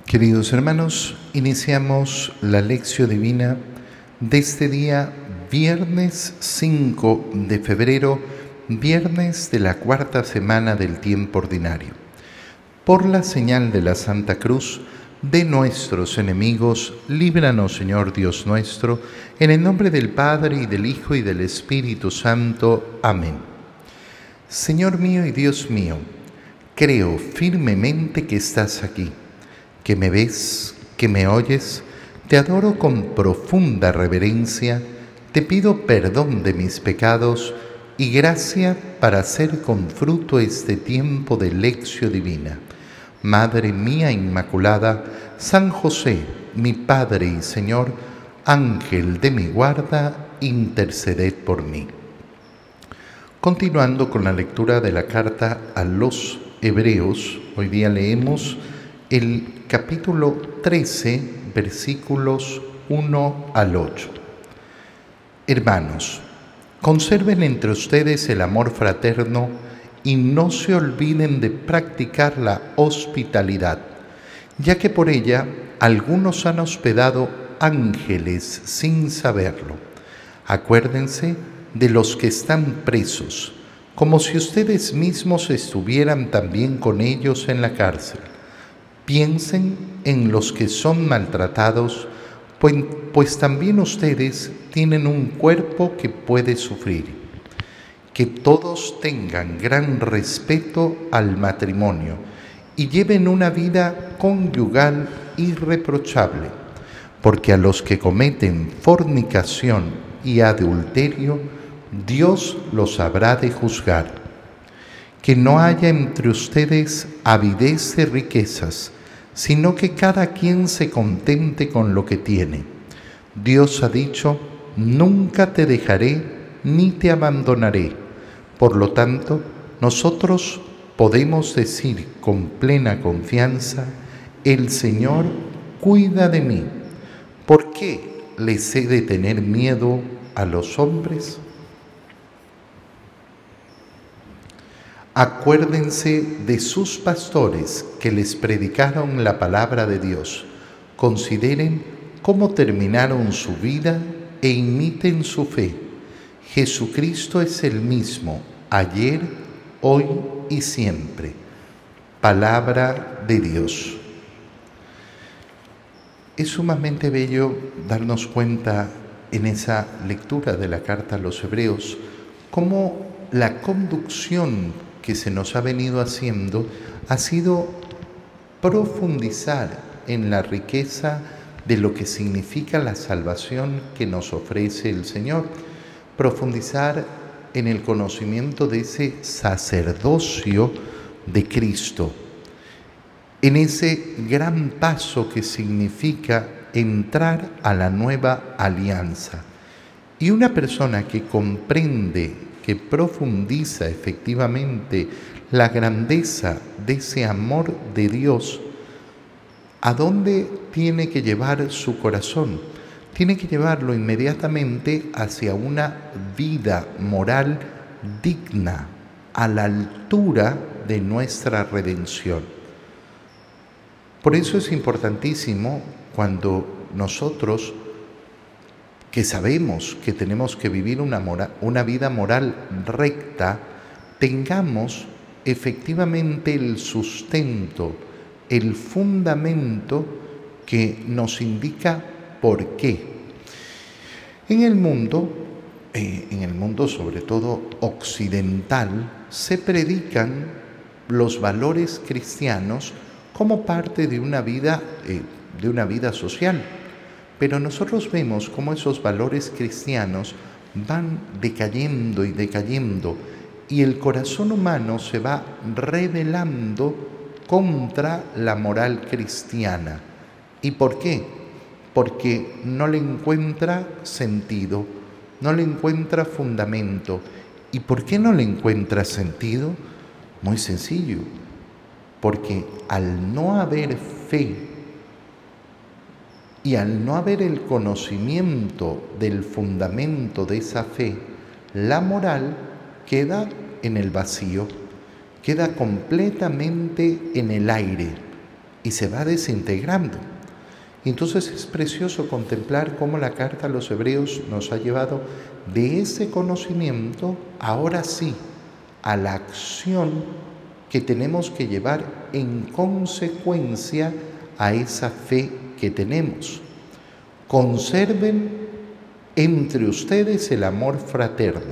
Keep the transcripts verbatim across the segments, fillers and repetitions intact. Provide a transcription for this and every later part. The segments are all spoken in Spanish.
Queridos hermanos, iniciamos la lección divina de este día, viernes cinco de febrero, viernes de la cuarta semana del tiempo ordinario. Por la señal de la Santa Cruz de nuestros enemigos, líbranos, Señor Dios nuestro, en el nombre del Padre, y del Hijo, y del Espíritu Santo. Amén. Señor mío y Dios mío, creo firmemente que estás aquí, que me ves, que me oyes. Te adoro con profunda reverencia, te pido perdón de mis pecados y gracia para hacer con fruto este tiempo de lección divina. Madre mía Inmaculada, San José, mi Padre y Señor, Ángel de mi guarda, interceded por mí. Continuando con la lectura de la carta a los Hebreos, hoy día leemos el capítulo trece, versículos uno al ocho. Hermanos, conserven entre ustedes el amor fraterno y no se olviden de practicar la hospitalidad, ya que por ella algunos han hospedado ángeles sin saberlo. Acuérdense de los que están presos, como si ustedes mismos estuvieran también con ellos en la cárcel. Piensen en los que son maltratados, pues, pues también ustedes tienen un cuerpo que puede sufrir. Que todos tengan gran respeto al matrimonio y lleven una vida conyugal irreprochable, porque a los que cometen fornicación y adulterio, Dios los habrá de juzgar. Que no haya entre ustedes avidez de riquezas, sino que cada quien se contente con lo que tiene. Dios ha dicho: nunca te dejaré ni te abandonaré. Por lo tanto, nosotros podemos decir con plena confianza: el Señor cuida de mí. ¿Por qué les he de tener miedo a los hombres? Acuérdense de sus pastores que les predicaron la palabra de Dios. Consideren cómo terminaron su vida e imiten su fe. Jesucristo es el mismo, ayer, hoy y siempre. Palabra de Dios. Es sumamente bello darnos cuenta en esa lectura de la carta a los Hebreos cómo la conducción que se nos ha venido haciendo ha sido profundizar en la riqueza de lo que significa la salvación que nos ofrece el Señor, profundizar en el conocimiento de ese sacerdocio de Cristo, en ese gran paso que significa entrar a la nueva alianza. Y una persona que comprende, que profundiza efectivamente la grandeza de ese amor de Dios, ¿a dónde tiene que llevar su corazón? Tiene que llevarlo inmediatamente hacia una vida moral digna, a la altura de nuestra redención. Por eso es importantísimo cuando nosotros, que sabemos que tenemos que vivir una, mora, una vida moral recta, tengamos efectivamente el sustento, el fundamento que nos indica por qué. En el mundo, eh, en el mundo sobre todo occidental, se predican los valores cristianos como parte de una vida, eh, de una vida social. Pero nosotros vemos cómo esos valores cristianos van decayendo y decayendo, y el corazón humano se va rebelando contra la moral cristiana. ¿Y por qué? Porque no le encuentra sentido, no le encuentra fundamento. ¿Y por qué no le encuentra sentido? Muy sencillo, porque al no haber fe, y al no haber el conocimiento del fundamento de esa fe, la moral queda en el vacío, queda completamente en el aire. y se va desintegrando. Y entonces es precioso contemplar cómo la carta a los Hebreos nos ha llevado de ese conocimiento, ahora sí, a la acción que tenemos que llevar en consecuencia a esa fe que tenemos. Conserven entre ustedes el amor fraterno.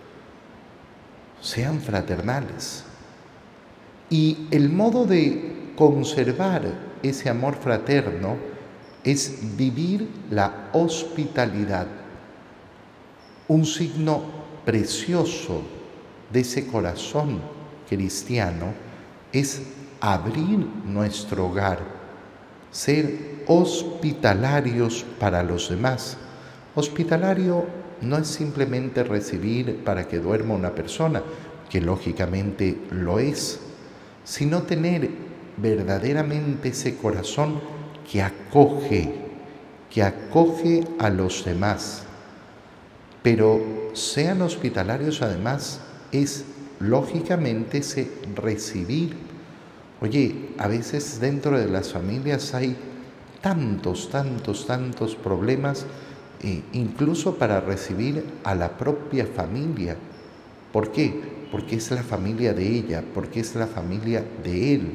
Sean fraternales. Y el modo de conservar ese amor fraterno es vivir la hospitalidad, un signo precioso de ese corazón cristiano es abrir nuestro hogar, ser hospitalarios para los demás. Hospitalario no es simplemente recibir para que duerma una persona, que lógicamente lo es, sino tener verdaderamente ese corazón que acoge, que acoge a los demás. Pero sean hospitalarios además es lógicamente ese recibir. Oye, a veces dentro de las familias hay tantos, tantos, tantos problemas, eh, incluso para recibir a la propia familia. ¿Por qué? Porque es la familia de ella, porque es la familia de él.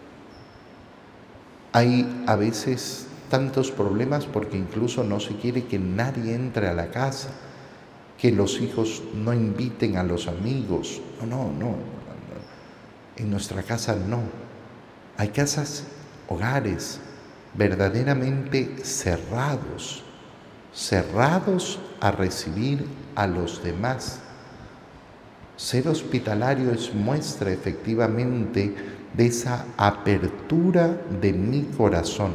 Hay a veces tantos problemas porque incluso no se quiere que nadie entre a la casa, que los hijos no inviten a los amigos. No, no, no. En nuestra casa no. Hay casas, hogares verdaderamente cerrados, cerrados a recibir a los demás. Ser hospitalario es muestra efectivamente de esa apertura de mi corazón.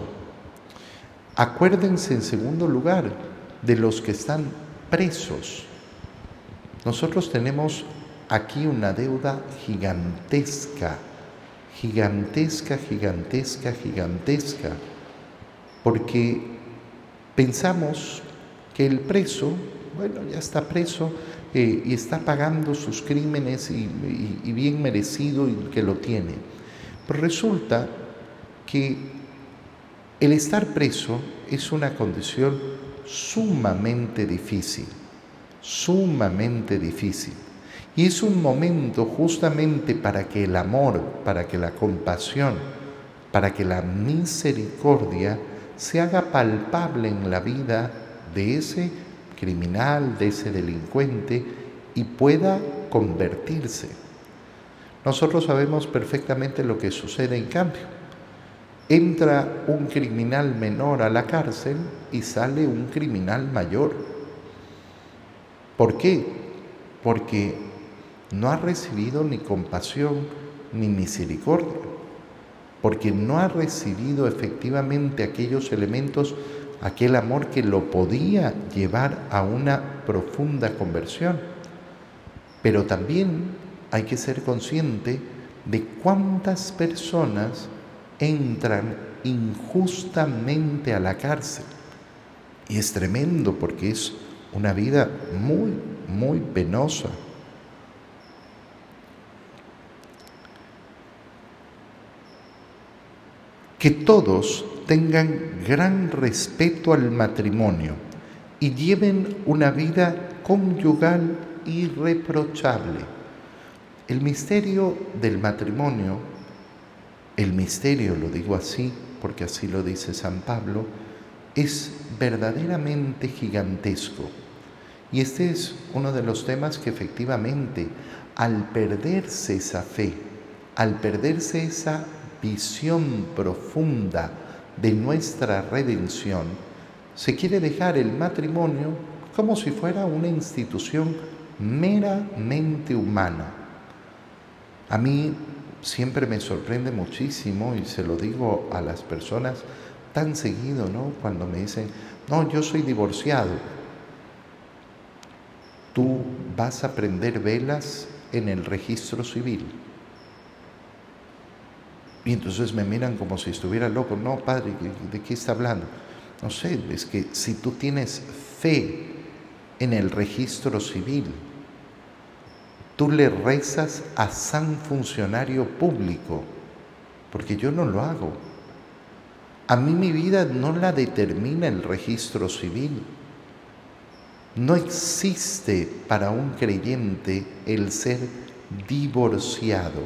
Acuérdense en segundo lugar de los que están presos. Nosotros tenemos aquí una deuda gigantesca, gigantesca, gigantesca, gigantesca, porque pensamos que el preso, bueno, ya está preso eh, y está pagando sus crímenes y, y, y bien merecido y que lo tiene. Pero resulta que el estar preso es una condición sumamente difícil, sumamente difícil. Y es un momento justamente para que el amor, para que la compasión, para que la misericordia se haga palpable en la vida de ese criminal, de ese delincuente y pueda convertirse. Nosotros sabemos perfectamente lo que sucede en cambio. Entra un criminal menor a la cárcel y sale un criminal mayor. ¿Por qué? Porque no ha recibido ni compasión ni misericordia, porque no ha recibido efectivamente aquellos elementos, aquel amor que lo podía llevar a una profunda conversión. Pero también hay que ser consciente de cuántas personas entran injustamente a la cárcel. Y es tremendo porque es una vida muy, muy penosa. Que todos tengan gran respeto al matrimonio y lleven una vida conyugal irreprochable. El misterio del matrimonio, el misterio, lo digo así porque así lo dice San Pablo, es verdaderamente gigantesco. Y este es uno de los temas que efectivamente, al perderse esa fe, al perderse esa visión profunda de nuestra redención, se quiere dejar el matrimonio como si fuera una institución meramente humana. A mí siempre me sorprende muchísimo, y se lo digo a las personas tan seguido, ¿no? Cuando me dicen, no, yo soy divorciado. Tú vas a prender velas en el registro civil. Y entonces me miran como si estuviera loco. No, padre, ¿de qué está hablando? No sé, es que si tú tienes fe en el registro civil, tú le rezas a San Funcionario Público, porque yo no lo hago. A mí mi vida no la determina el registro civil. No existe para un creyente el ser divorciado.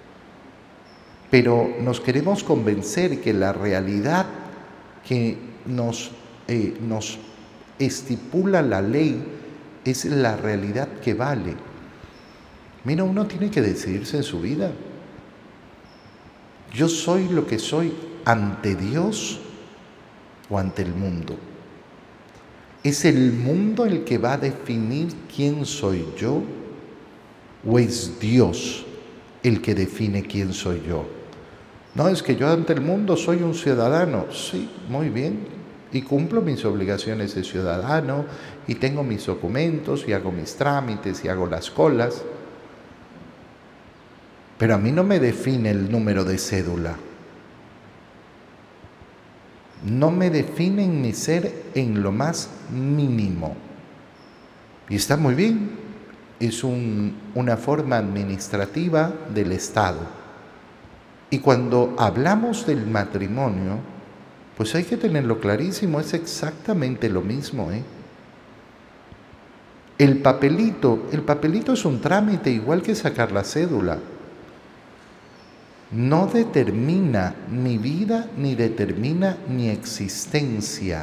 Pero nos queremos convencer que la realidad que nos, eh, nos estipula la ley es la realidad que vale. Mira, uno tiene que decidirse en su vida. Yo soy lo que soy ante Dios o ante el mundo. ¿Es el mundo el que va a definir quién soy yo? ¿O es Dios el que define quién soy yo? No, es que yo ante el mundo soy un ciudadano. Sí, muy bien. Y cumplo mis obligaciones de ciudadano, y tengo mis documentos, y hago mis trámites, y hago las colas. Pero a mí no me define el número de cédula. No me define en mi ser en lo más mínimo. Y está muy bien. Es un, una forma administrativa del Estado. Y cuando hablamos del matrimonio, pues hay que tenerlo clarísimo, es exactamente lo mismo, ¿eh? El papelito, el papelito es un trámite igual que sacar la cédula. No determina mi vida ni determina mi existencia.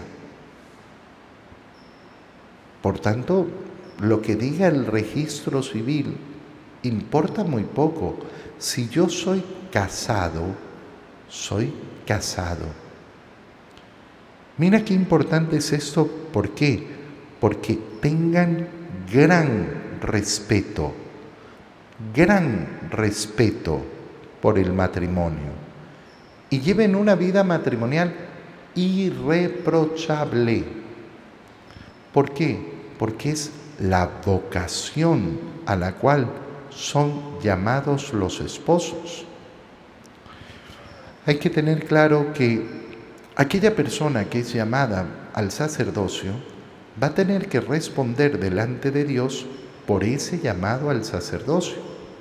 Por tanto, lo que diga el registro civil importa muy poco. Si yo soy casado, soy casado. Mira qué importante es esto. ¿Por qué? Porque tengan gran respeto, gran respeto por el matrimonio y lleven una vida matrimonial irreprochable. ¿Por qué? Porque es la vocación a la cual son llamados los esposos. Hay que tener claro que aquella persona que es llamada al sacerdocio va a tener que responder delante de Dios por ese llamado al sacerdocio.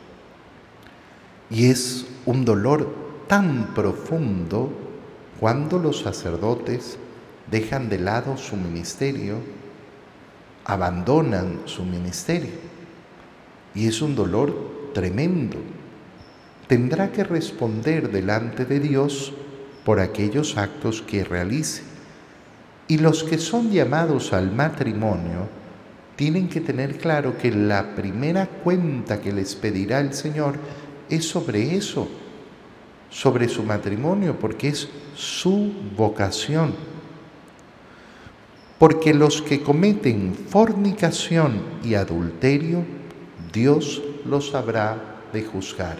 Y es un dolor tan profundo cuando los sacerdotes dejan de lado su ministerio, abandonan su ministerio. Y es un dolor tremendo. Tendrá que responder delante de Dios por aquellos actos que realice. Y los que son llamados al matrimonio tienen que tener claro que la primera cuenta que les pedirá el Señor es sobre eso, sobre su matrimonio, porque es su vocación. Porque los que cometen fornicación y adulterio, Dios los habrá de juzgar.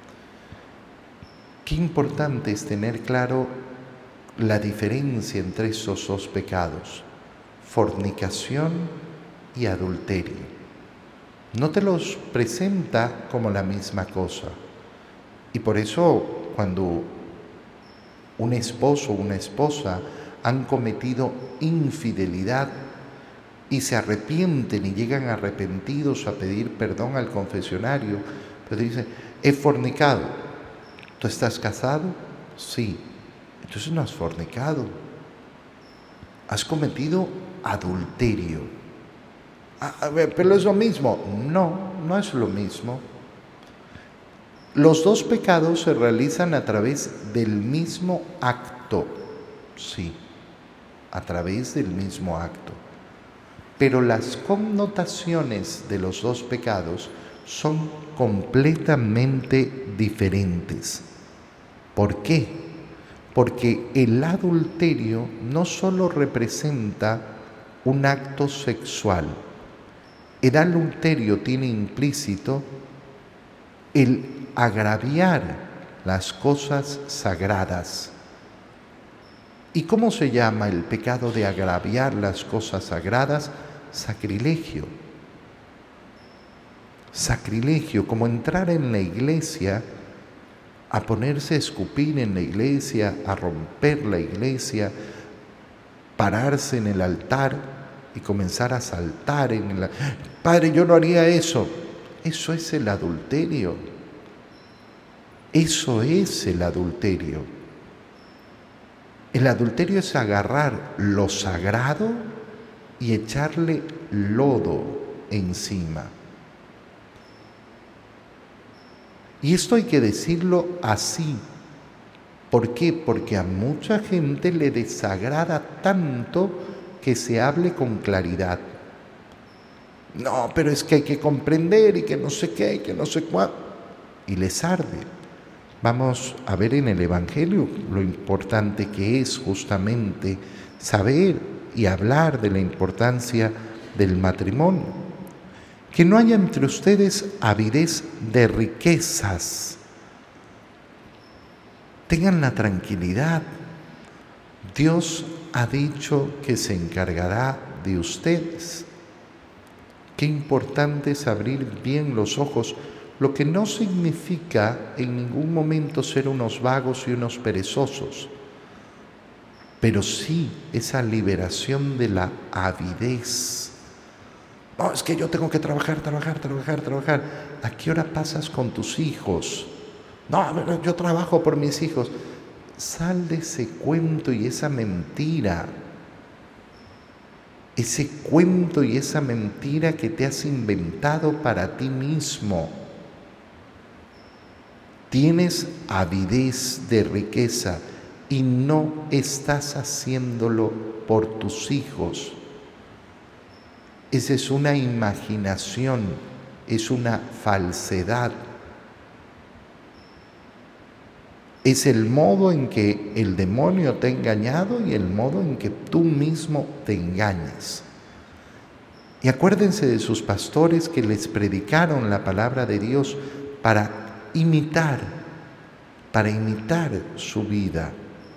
Qué importante es tener claro la diferencia entre esos dos pecados, fornicación y adulterio. No te los presenta como la misma cosa. Y por eso cuando un esposo o una esposa han cometido infidelidad y se arrepienten y llegan arrepentidos a pedir perdón al confesionario, pero dicen, he fornicado. ¿Tú estás casado? Sí. Entonces no has fornicado. Has cometido adulterio. A ver, pero es lo mismo. No, no es lo mismo. Los dos pecados se realizan a través del mismo acto. Sí, a través del mismo acto. Pero las connotaciones de los dos pecados son completamente diferentes. ¿Por qué? Porque el adulterio no solo representa un acto sexual. El adulterio tiene implícito el agraviar las cosas sagradas. ¿Y cómo se llama el pecado de agraviar las cosas sagradas? Sacrilegio. Sacrilegio, como entrar en la iglesia, a ponerse a escupir en la iglesia, a romper la iglesia, pararse en el altar y comenzar a saltar en el... Padre, yo no haría eso. Eso es el adulterio. Eso es el adulterio. El adulterio es agarrar lo sagrado y echarle lodo encima. Y esto hay que decirlo así. ¿Por qué? Porque a mucha gente le desagrada tanto que se hable con claridad. No, pero es que hay que comprender y que no sé qué y que no sé cuál. Y les arde. Vamos a ver en el Evangelio lo importante que es justamente saber y hablar de la importancia del matrimonio. Que no haya entre ustedes avidez de riquezas. Tengan la tranquilidad. Dios ha dicho que se encargará de ustedes. Qué importante es abrir bien los ojos, lo que no significa en ningún momento ser unos vagos y unos perezosos, pero sí esa liberación de la avidez. No, es que yo tengo que trabajar, trabajar, trabajar, trabajar. ¿A qué hora pasas con tus hijos? No, yo trabajo por mis hijos. Sal de ese cuento y esa mentira. Ese cuento y esa mentira que te has inventado para ti mismo. Tienes avidez de riqueza y no estás haciéndolo por tus hijos. Esa es una imaginación, es una falsedad. Es el modo en que el demonio te ha engañado y el modo en que tú mismo te engañas. Y acuérdense de sus pastores que les predicaron la palabra de Dios para imitar, para imitar su vida.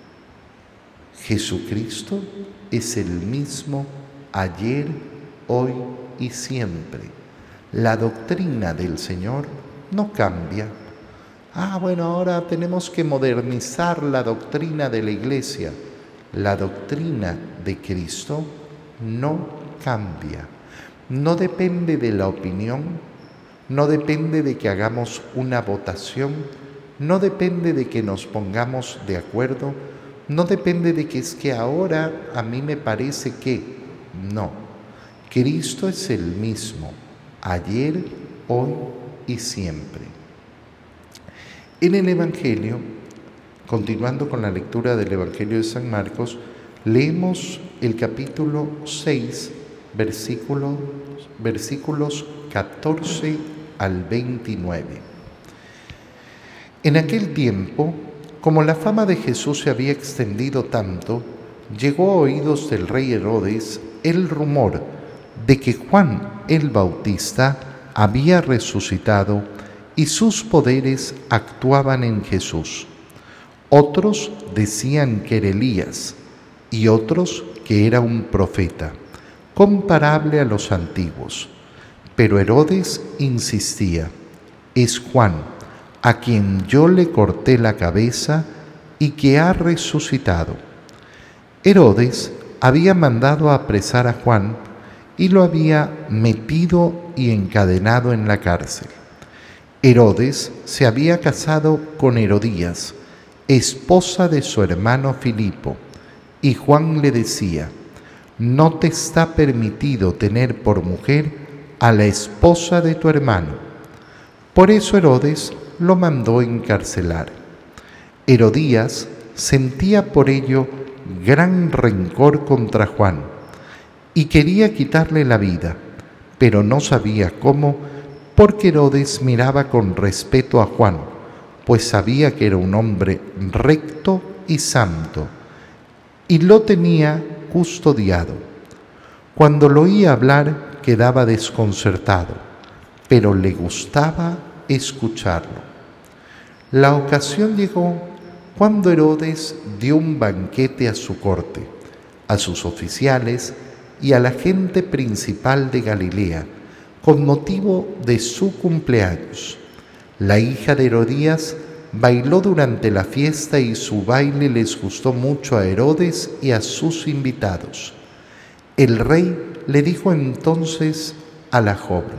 Jesucristo es el mismo ayer, hoy y siempre. La doctrina del Señor no cambia. Ah, bueno, ahora tenemos que modernizar la doctrina de la Iglesia. La doctrina de Cristo no cambia. No depende de la opinión, no depende de que hagamos una votación, no depende de que nos pongamos de acuerdo, no depende de que es que ahora a mí me parece que. No, Cristo es el mismo, ayer, hoy y siempre. En el Evangelio, continuando con la lectura del Evangelio de San Marcos, leemos el capítulo seis, versículos, versículos catorce al veintinueve. En aquel tiempo, como la fama de Jesús se había extendido tanto, llegó a oídos del rey Herodes el rumor de que Juan el Bautista había resucitado y sus poderes actuaban en Jesús. Otros decían que era Elías y otros que era un profeta, comparable a los antiguos. Pero Herodes insistía: es Juan, a quien yo le corté la cabeza y que ha resucitado. Herodes había mandado apresar a Juan y lo había metido y encadenado en la cárcel. Herodes se había casado con Herodías, esposa de su hermano Filipo, y Juan le decía: no te está permitido tener por mujer a la esposa de tu hermano. Por eso Herodes lo mandó encarcelar. Herodías sentía por ello gran rencor contra Juan y quería quitarle la vida, pero no sabía cómo, porque Herodes miraba con respeto a Juan, pues sabía que era un hombre recto y santo, y lo tenía custodiado. Cuando lo oía hablar, quedaba desconcertado, pero le gustaba escucharlo. La ocasión llegó cuando Herodes dio un banquete a su corte, a sus oficiales y a la gente principal de Galilea, con motivo de su cumpleaños. La hija de Herodías bailó durante la fiesta y su baile les gustó mucho a Herodes y a sus invitados. El rey le dijo entonces a la joven: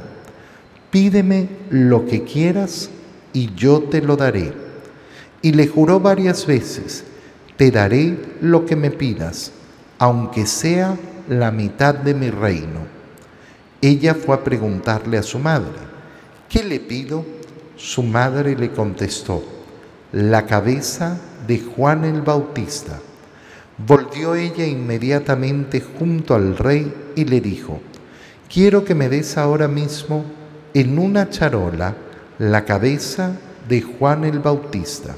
pídeme lo que quieras y yo te lo daré. Y le juró varias veces: te daré lo que me pidas, aunque sea la mitad de mi reino. Ella fue a preguntarle a su madre, ¿qué le pido? Su madre le contestó, la cabeza de Juan el Bautista. Volvió ella inmediatamente junto al rey y le dijo, quiero que me des ahora mismo en una charola la cabeza de Juan el Bautista.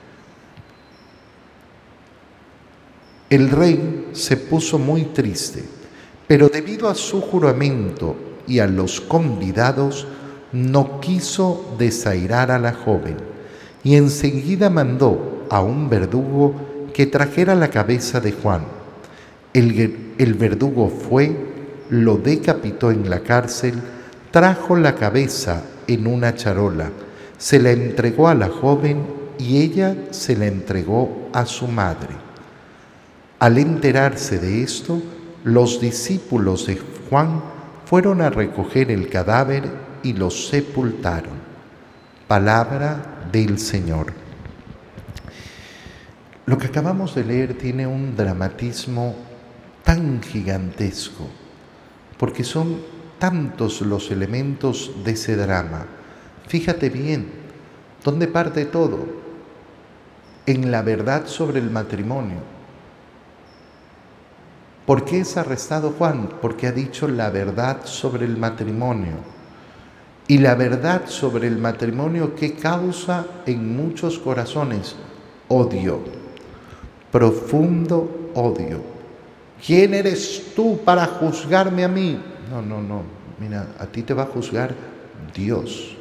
El rey se puso muy triste, pero debido a su juramento y a los convidados, no quiso desairar a la joven, y enseguida mandó a un verdugo que trajera la cabeza de Juan. El, el verdugo fue, lo decapitó en la cárcel, trajo la cabeza en una charola, se la entregó a la joven y ella se la entregó a su madre. Al enterarse de esto, los discípulos de Juan fueron a recoger el cadáver y lo sepultaron. Palabra del Señor. Lo que acabamos de leer tiene un dramatismo tan gigantesco, porque son tantos los elementos de ese drama. Fíjate bien, ¿dónde parte todo? En la verdad sobre el matrimonio. ¿Por qué es arrestado Juan? Porque ha dicho la verdad sobre el matrimonio. Y la verdad sobre el matrimonio, ¿qué causa en muchos corazones? Odio, profundo odio. ¿Quién eres tú para juzgarme a mí? No, no, no. Mira, a ti te va a juzgar Dios.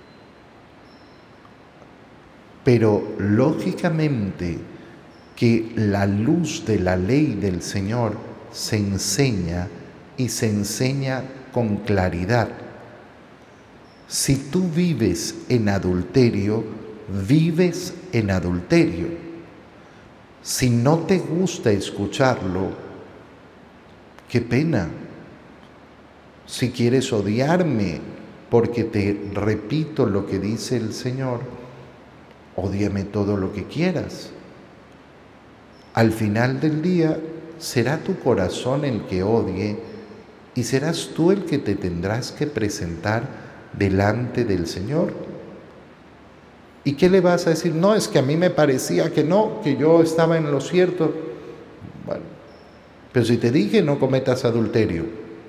Pero lógicamente que la luz de la ley del Señor se enseña y se enseña con claridad. Si tú vives en adulterio, vives en adulterio. Si no te gusta escucharlo, qué pena. Si quieres odiarme porque te repito lo que dice el Señor, ódiame todo lo que quieras. Al final del día será tu corazón el que odie y serás tú el que te tendrás que presentar delante del Señor. ¿Y qué le vas a decir? No, es que a mí me parecía que no, que yo estaba en lo cierto. Bueno, pero si te dije no cometas adulterio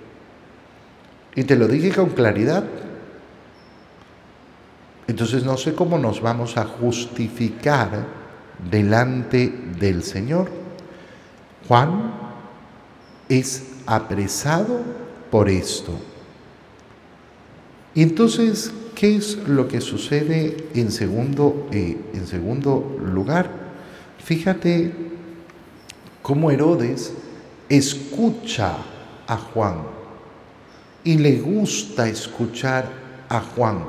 y te lo dije con claridad, entonces no sé cómo nos vamos a justificar delante del Señor. Juan es apresado por esto. Y entonces, ¿qué es lo que sucede en segundo, eh, en segundo lugar? Fíjate cómo Herodes escucha a Juan y le gusta escuchar a Juan.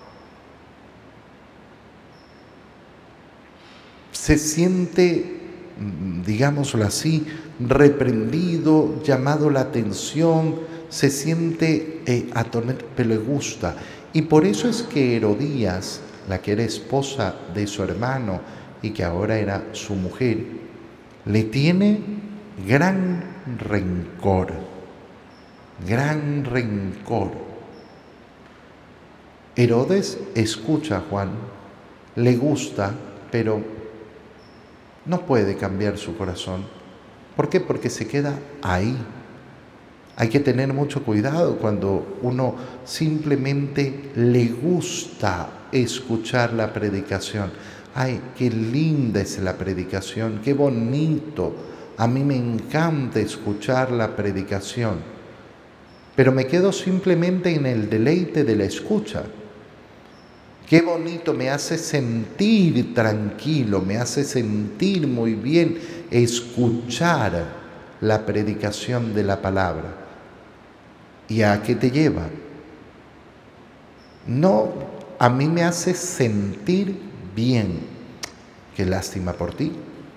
Se siente, digámoslo así, reprendido, llamado la atención, se siente eh, atormentado, pero le gusta. Y por eso es que Herodías, la que era esposa de su hermano y que ahora era su mujer, le tiene gran rencor, gran rencor. Herodes escucha a Juan, le gusta, pero no puede cambiar su corazón. ¿Por qué? Porque se queda ahí. Hay que tener mucho cuidado cuando uno simplemente le gusta escuchar la predicación. ¡Ay, qué linda es la predicación! ¡Qué bonito! A mí me encanta escuchar la predicación. Pero me quedo simplemente en el deleite de la escucha. Qué bonito, me hace sentir tranquilo, me hace sentir muy bien escuchar la predicación de la palabra. ¿Y a qué te lleva? No, a mí me hace sentir bien. Qué lástima por ti.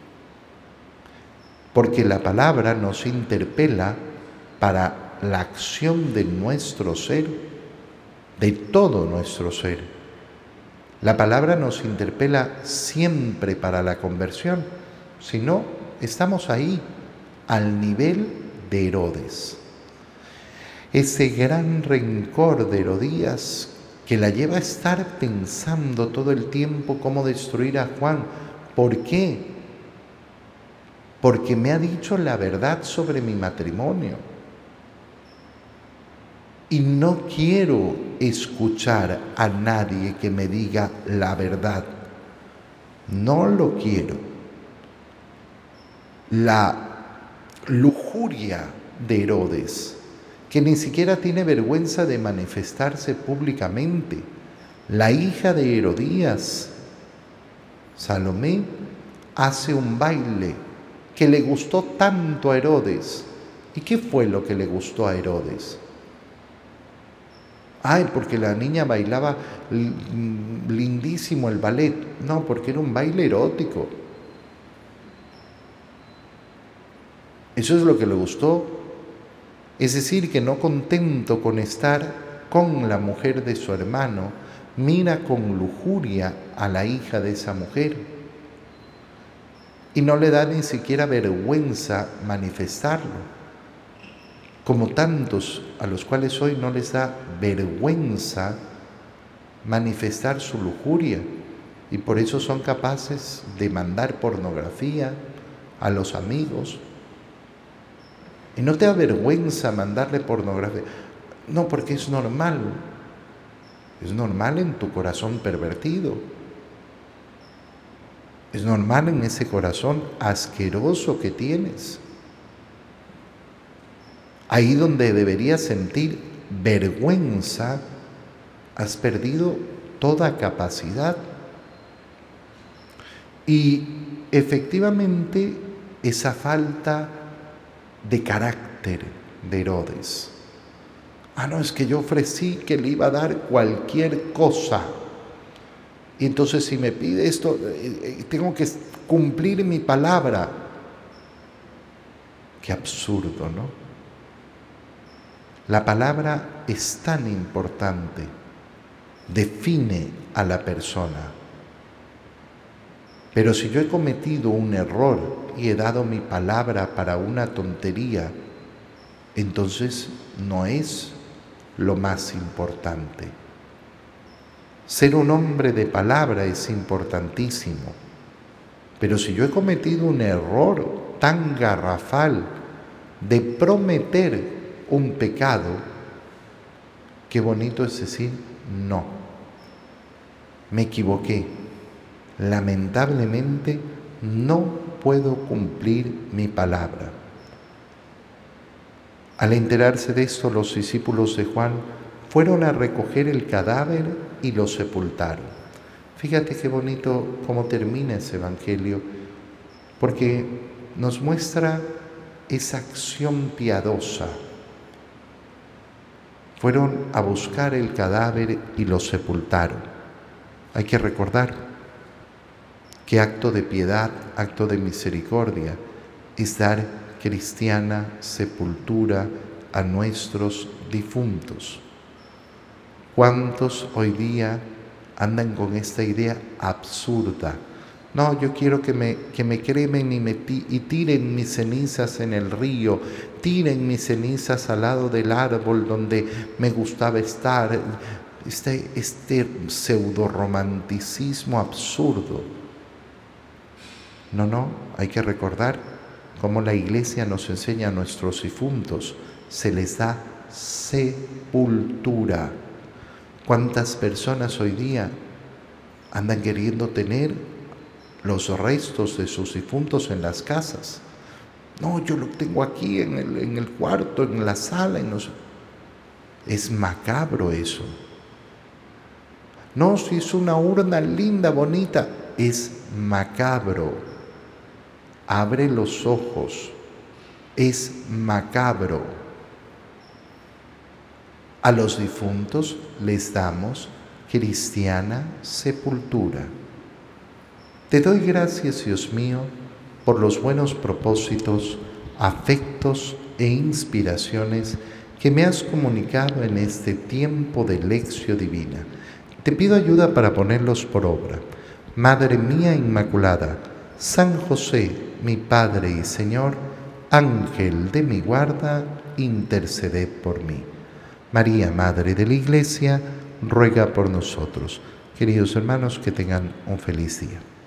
Porque la palabra nos interpela para la acción de nuestro ser, de todo nuestro ser. La palabra nos interpela siempre para la conversión. sino estamos ahí, al nivel de Herodes. Ese gran rencor de Herodías que la lleva a estar pensando todo el tiempo cómo destruir a Juan. ¿Por qué? Porque me ha dicho la verdad sobre mi matrimonio. Y no quiero escuchar a nadie que me diga la verdad. No lo quiero. La lujuria de Herodes, que ni siquiera tiene vergüenza de manifestarse públicamente. La hija de Herodías, Salomé, hace un baile que le gustó tanto a Herodes. ¿Y qué fue lo que le gustó a Herodes? Ay, porque la niña bailaba lindísimo el ballet. No, porque era un baile erótico. Eso es lo que le gustó. Es decir, que no contento con estar con la mujer de su hermano, mira con lujuria a la hija de esa mujer. Y no le da ni siquiera vergüenza manifestarlo. Como tantos a los cuales hoy no les da vergüenza manifestar su lujuria. Y por eso son capaces de mandar pornografía a los amigos. Y no te da vergüenza mandarle pornografía. No, porque es normal. Es normal en tu corazón pervertido. Es normal en ese corazón asqueroso que tienes. Ahí donde deberías sentir vergüenza, has perdido toda capacidad. Y efectivamente esa falta de carácter de Herodes. Ah, no, es que yo ofrecí que le iba a dar cualquier cosa. Y entonces si me pide esto, eh, tengo que cumplir mi palabra. Qué absurdo, ¿no? La palabra es tan importante, define a la persona. Pero si yo he cometido un error y he dado mi palabra para una tontería, entonces no es lo más importante. Ser un hombre de palabra es importantísimo, pero si yo he cometido un error tan garrafal de prometer un pecado, qué bonito es decir, no, me equivoqué, lamentablemente no puedo cumplir mi palabra. Al enterarse de esto, los discípulos de Juan fueron a recoger el cadáver y lo sepultaron. Fíjate qué bonito cómo termina ese evangelio, porque nos muestra esa acción piadosa. Fueron a buscar el cadáver y lo sepultaron. Hay que recordar que acto de piedad, acto de misericordia, es dar cristiana sepultura a nuestros difuntos. ¿Cuántos hoy día andan con esta idea absurda? No, yo quiero que me, que me cremen y, me ti, y tiren mis cenizas en el río, tiren mis cenizas al lado del árbol donde me gustaba estar. Este, este pseudo-romanticismo absurdo. No, no, hay que recordar cómo la Iglesia nos enseña a nuestros difuntos, se les da sepultura. ¿Cuántas personas hoy día andan queriendo tener los restos de sus difuntos en las casas? No, yo lo tengo aquí en el, en el cuarto, en la sala. En los... Es macabro eso. No, si es una urna linda, bonita, es macabro. Abre los ojos, es macabro. A los difuntos les damos cristiana sepultura. Te doy gracias, Dios mío, por los buenos propósitos, afectos e inspiraciones que me has comunicado en este tiempo de lección divina. Te pido ayuda para ponerlos por obra. Madre mía Inmaculada, San José, mi Padre y Señor, Ángel de mi guarda, interceded por mí. María, Madre de la Iglesia, ruega por nosotros. Queridos hermanos, que tengan un feliz día.